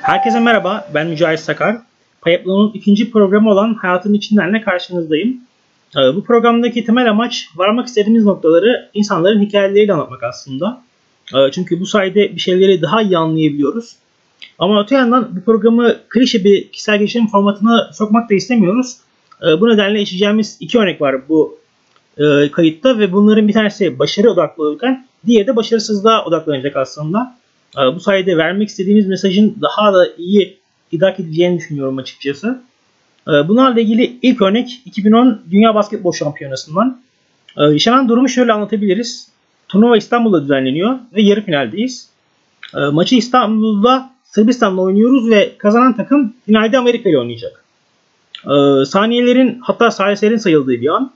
Herkese merhaba, ben Mücahit Sakar. Payaplı'nın ikinci programı olan Hayatın İçinden'le karşınızdayım. Bu programdaki temel amaç varmak istediğimiz noktaları insanların hikayeleriyle anlatmak aslında. Çünkü bu sayede bir şeyleri daha iyi anlayabiliyoruz. Ama öte yandan bu programı klişe bir kişisel gelişim formatına sokmak da istemiyoruz. Bu nedenle işleyeceğimiz iki örnek var bu kayıtta ve bunların bir tanesi başarı odaklı olurken diğeri de başarısızlığa odaklanacak aslında. Bu sayede vermek istediğimiz mesajın daha da iyi idrak edileceğini düşünüyorum açıkçası. Bunlarla ilgili ilk örnek 2010 Dünya Basketbol Şampiyonası'ndan. Yaşanan durumu şöyle anlatabiliriz. Turnuva İstanbul'da düzenleniyor ve yarı finaldeyiz. Maçı İstanbul'da Sırbistan'la oynuyoruz ve kazanan takım finalde Amerika ile oynayacak. Saniyelerin hatta saliselerin sayıldığı bir an.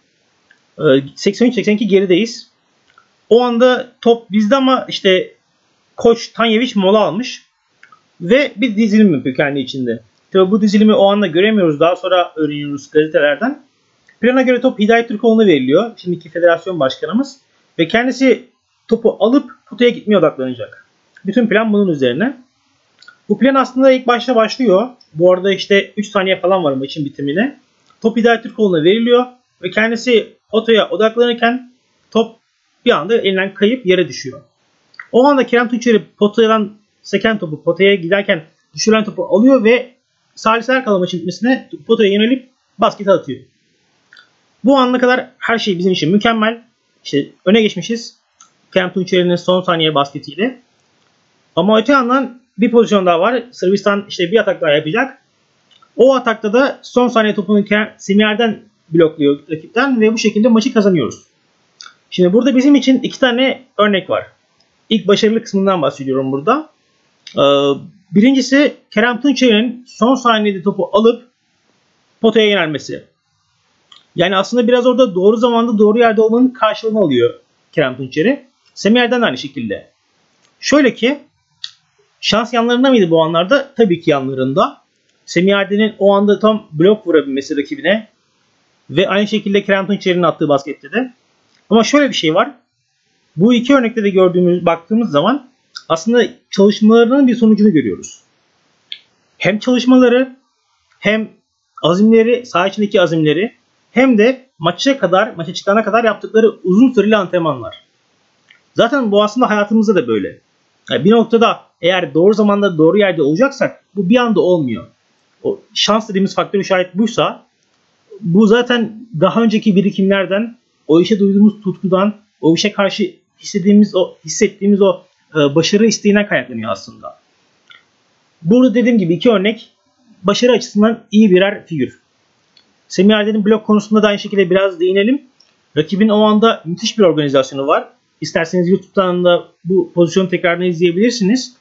83-82 gerideyiz. O anda top bizde ama işte Koç Tanyeviç mola almış ve bir dizilim yapıyor kendi içinde. Tabii bu dizilimi o anda göremiyoruz. Daha sonra öğreniyoruz gazetelerden. Plana göre top Hidayet Türkoğlu'na veriliyor. Şimdiki federasyon başkanımız. Ve kendisi topu alıp potaya gitmeye odaklanacak. Bütün plan bunun üzerine. Bu plan aslında ilk başta başlıyor. Bu arada işte 3 saniye falan var maçın bitimine. Top Hidayet Türkoğlu'na veriliyor. Ve kendisi potaya odaklanırken top bir anda elinden kayıp yere düşüyor. O anda Kerem Tunçeri potadan seken topu potaya giderken düşürülen topu alıyor ve saliseler kala maçın bitmesine potaya yönelip basketi atıyor. Bu ana kadar her şey bizim için mükemmel. İşte öne geçmişiz. Kerem Tunçeri'nin son saniye basketiyle. Ama öte yandan bir pozisyon daha var. Sırbistan işte bir atak daha yapacak. O atakta da son saniye topunu Semih'den blokluyor rakipten ve bu şekilde maçı kazanıyoruz. Şimdi burada bizim için iki tane örnek var. İlk başarılı kısmından bahsediyorum burada. Birincisi Kerem Tunçeri'nin son saniyede topu alıp potaya yönelmesi. Yani aslında biraz orada doğru zamanda doğru yerde olmanın karşılığını alıyor Kerem Tunçeri. Semih'den aynı şekilde. Şöyle ki şans yanlarında mıydı bu anlarda? Tabii ki yanlarında. Semih'in o anda tam blok vurabilmesi rakibine ve aynı şekilde Kerem Tunçeri'nin attığı baskette de. Ama şöyle bir şey var. Bu iki örnekte de baktığımız zaman aslında çalışmalarının bir sonucunu görüyoruz. Hem çalışmaları hem azimleri, saha içindeki azimleri hem de maça çıkana kadar yaptıkları uzun süreli antrenmanlar. Zaten bu aslında hayatımızda da böyle. Yani bir noktada eğer doğru zamanda doğru yerde olacaksak bu bir anda olmuyor. O şans dediğimiz faktörü şayet buysa bu zaten daha önceki birikimlerden, o işe duyduğumuz tutkudan, o işe karşı hissettiğimiz o başarı isteğinden kaynaklanıyor aslında. Burada dediğim gibi iki örnek başarı açısından iyi birer figür. Semih Erden'in blok konusunda da aynı şekilde biraz değinelim. Rakibin o anda müthiş bir organizasyonu var. İsterseniz YouTube'dan da bu pozisyonu tekrardan izleyebilirsiniz.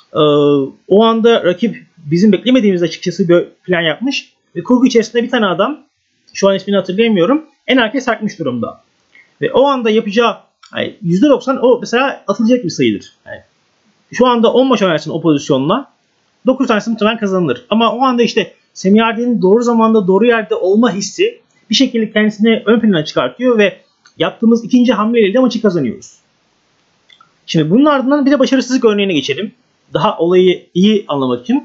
O anda rakip bizim beklemediğimiz açıkçası bir plan yapmış. Ve kurgu içerisinde bir tane adam, şu an ismini hatırlayamıyorum, en arkaya sarkmış durumda. Ve o anda yapacağı yani %90 o mesela atılacak bir sayıdır. Yani şu anda 10 maç oynarsın o pozisyonla 9 tanesi muhtemelen kazanılır. Ama o anda işte Semih Erden'in doğru zamanda doğru yerde olma hissi bir şekilde kendisini ön plana çıkartıyor ve yaptığımız ikinci hamleyle de maçı kazanıyoruz. Şimdi bunun ardından bir de başarısızlık örneğine geçelim. Daha olayı iyi anlamak için.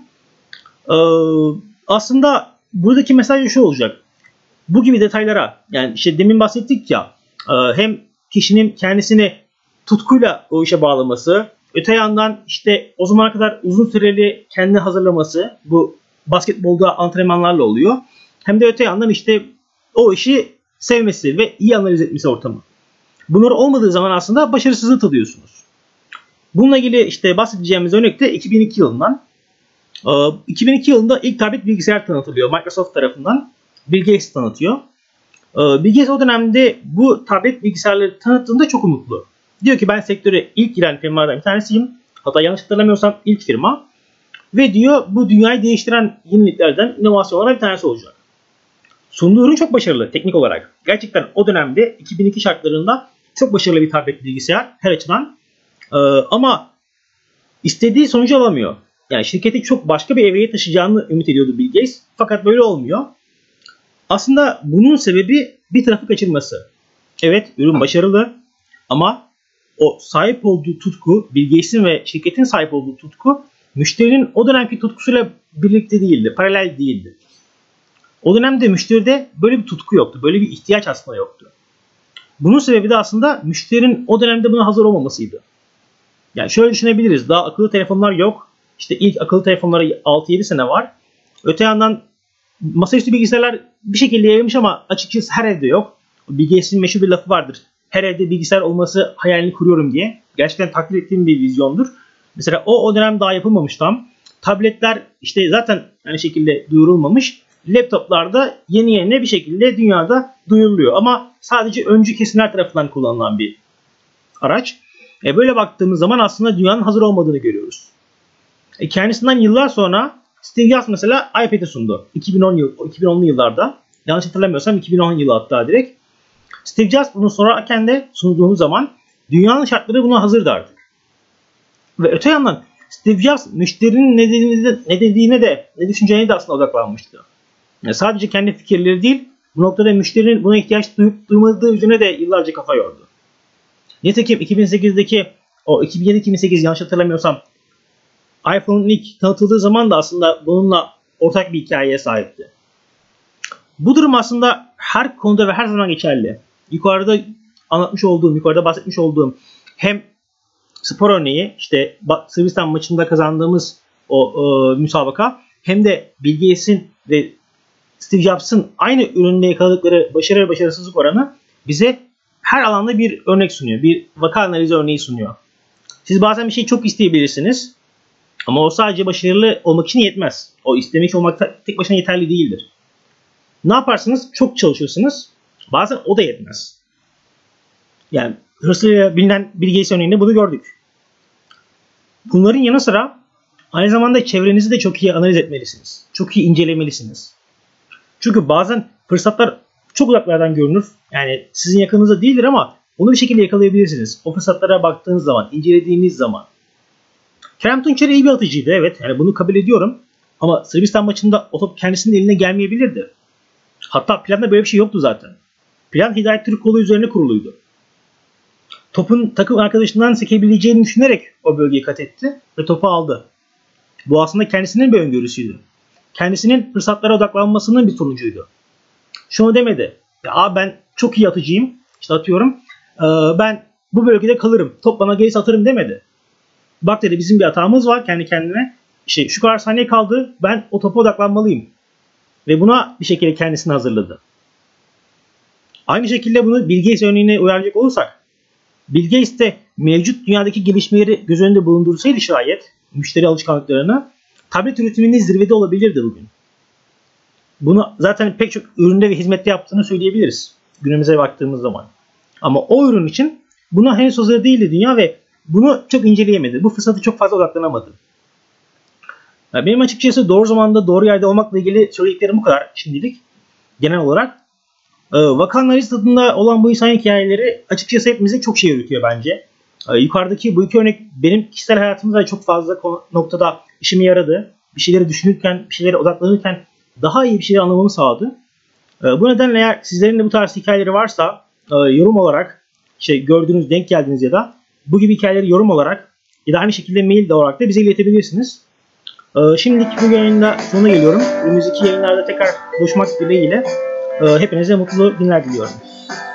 Aslında buradaki mesaj şu olacak. Bu gibi detaylara yani işte demin bahsettik ya hem kişinin kendisini tutkuyla o işe bağlaması, öte yandan işte o zamana kadar uzun süreli kendini hazırlaması, bu basketbolda antrenmanlarla oluyor. Hem de öte yandan işte o işi sevmesi ve iyi analiz etmesi ortamı. Bunlar olmadığı zaman aslında başarısızlığı tadıyorsunuz. Bununla ilgili işte bahsedeceğimiz örnek de 2002 yılından. 2002 yılında ilk tablet bilgisayar tanıtılıyor Microsoft tarafından. Bill Gates tanıtıyor. Bill Gates o dönemde bu tablet bilgisayarları tanıttığında çok umutlu. Diyor ki ben sektöre ilk giren firmalardan bir tanesiyim. Hatta yanlış hatırlamıyorsam ilk firma. Ve diyor bu dünyayı değiştiren yeniliklerden, inovasyonlardan bir tanesi olacak. Sunduğu ürün çok başarılı teknik olarak. Gerçekten o dönemde 2002 şartlarında çok başarılı bir tablet bilgisayar her açıdan. Ama istediği sonucu alamıyor. Yani şirketi çok başka bir evreye taşıyacağını ümit ediyordu Bill Gates. Fakat böyle olmuyor. Aslında bunun sebebi bir tarafı kaçırması. Evet, ürün başarılı ama o sahip olduğu tutku, Bill Gates'in ve şirketin sahip olduğu tutku müşterinin o dönemki tutkusuyla birlikte değildi, paralel değildi. O dönemde müşteride böyle bir tutku yoktu, böyle bir ihtiyaç aslında yoktu. Bunun sebebi de aslında müşterinin o dönemde buna hazır olmamasıydı. Yani şöyle düşünebiliriz, daha akıllı telefonlar yok. İşte ilk akıllı telefonlara 6-7 sene var. Öte yandan masaüstü bilgisayarlar bir şekilde yayılmış ama açıkçası her evde yok. Bill Gates'in meşhur bir lafı vardır. Her evde bilgisayar olması hayalini kuruyorum diye. Gerçekten takdir ettiğim bir vizyondur. Mesela o dönem daha yapılmamış tam. Tabletler işte zaten aynı şekilde duyurulmamış. Laptoplarda yeni bir şekilde dünyada duyuruluyor. Ama sadece öncü kesimler tarafından kullanılan bir araç. Böyle baktığımız zaman aslında dünyanın hazır olmadığını görüyoruz. Kendisinden yıllar sonra Steve Jobs mesela iPad'i sundu. 2010'lu yıllarda. Yanlış hatırlamıyorsam 2010 yılı hatta direkt. Steve Jobs bunu sorarken de sunduğumuz zaman dünyanın şartları buna hazırdı artık. Ve öte yandan Steve Jobs müşterinin ne dediğine de ne düşüneceğine de aslında odaklanmıştı. Yani sadece kendi fikirleri değil, bu noktada müşterinin buna ihtiyaç duyup duymadığı üzerine de yıllarca kafa yordu. Nitekim 2008'deki o 2007-2008 yanlış hatırlamıyorsam iPhone'un ilk tanıtıldığı zaman da aslında bununla ortak bir hikayeye sahipti. Bu durum aslında her konuda ve her zaman geçerli. Yukarıda bahsetmiş olduğum hem spor örneği, işte Sırbistan maçında kazandığımız o müsabaka, hem de Bill Gates'in ve Steve Jobs'ın aynı üründe yakaladıkları başarı ve başarısızlık oranı bize her alanda bir örnek sunuyor. Bir vaka analizi örneği sunuyor. Siz bazen bir şeyi çok isteyebilirsiniz ama o sadece başarılı olmak için yetmez. O istemek olmak tek başına yeterli değildir. Ne yaparsınız? Çok çalışırsınız. Bazen o da yetmez. Yani hırsıyla bilinen Bill Gates örneğinde bunu gördük. Bunların yanı sıra aynı zamanda çevrenizi de çok iyi analiz etmelisiniz. Çok iyi incelemelisiniz. Çünkü bazen fırsatlar çok uzaklardan görünür. Yani sizin yakınınızda değildir ama onu bir şekilde yakalayabilirsiniz. O fırsatlara baktığınız zaman, incelediğiniz zaman. Kerem Tunçer iyi bir atıcıydı, evet. Yani bunu kabul ediyorum. Ama Sırbistan maçında o top kendisinin eline gelmeyebilirdi. Hatta planda böyle bir şey yoktu zaten. Plan Hidayet Türkoğlu üzerine kuruluydu. Topun takım arkadaşından sekebileceğini düşünerek o bölgeyi kat etti ve topu aldı. Bu aslında kendisinin bir öngörüsüydü. Kendisinin fırsatlara odaklanmasının bir sonucuydu. Şunu demedi. Ya ben çok iyi atıcıyım. İşte atıyorum. Ben bu bölgede kalırım. Top bana gelirse atarım demedi. Bak dedi, bizim bir hatamız var kendi kendine. İşte şu kadar saniye kaldı. Ben o topa odaklanmalıyım. Ve buna bir şekilde kendisini hazırladı. Aynı şekilde bunu Bill Gates örneğine uyarlayacak olursak, Bill Gates de mevcut dünyadaki gelişmeleri göz önünde bulundursaydı şayet müşteri alışkanlıklarını, tablet üretiminin zirvede olabilirdi bugün. Bunu zaten pek çok üründe ve hizmette yaptığını söyleyebiliriz günümüze baktığımız zaman. Ama o ürün için buna henüz hazır değildi dünya ve bunu çok inceleyemedi. Bu fırsatı çok fazla odaklanamadı. Benim açıkçası doğru zamanda doğru yerde olmakla ilgili söylediklerim bu kadar şimdilik. Genel olarak. Vaka analiz tadında olan bu insan hikayeleri açıkçası hepimize çok şey öğretiyor bence. Yukarıdaki bu iki örnek benim kişisel hayatımda çok fazla noktada işime yaradı. Bir şeyleri düşünürken, bir şeylere odaklanırken daha iyi bir şeyler anlamamı sağladı. Bu nedenle eğer sizlerin de bu tarz hikayeleri varsa yorum olarak gördüğünüz, denk geldiğiniz ya da bu gibi hikayeleri yorum olarak ya da aynı şekilde mail de olarak da bize iletebilirsiniz. Şimdilik bu yayında sonuna geliyorum. Önümüzdeki yayınlarda tekrar buluşmak dileğiyle hepinize mutlu günler diliyorum.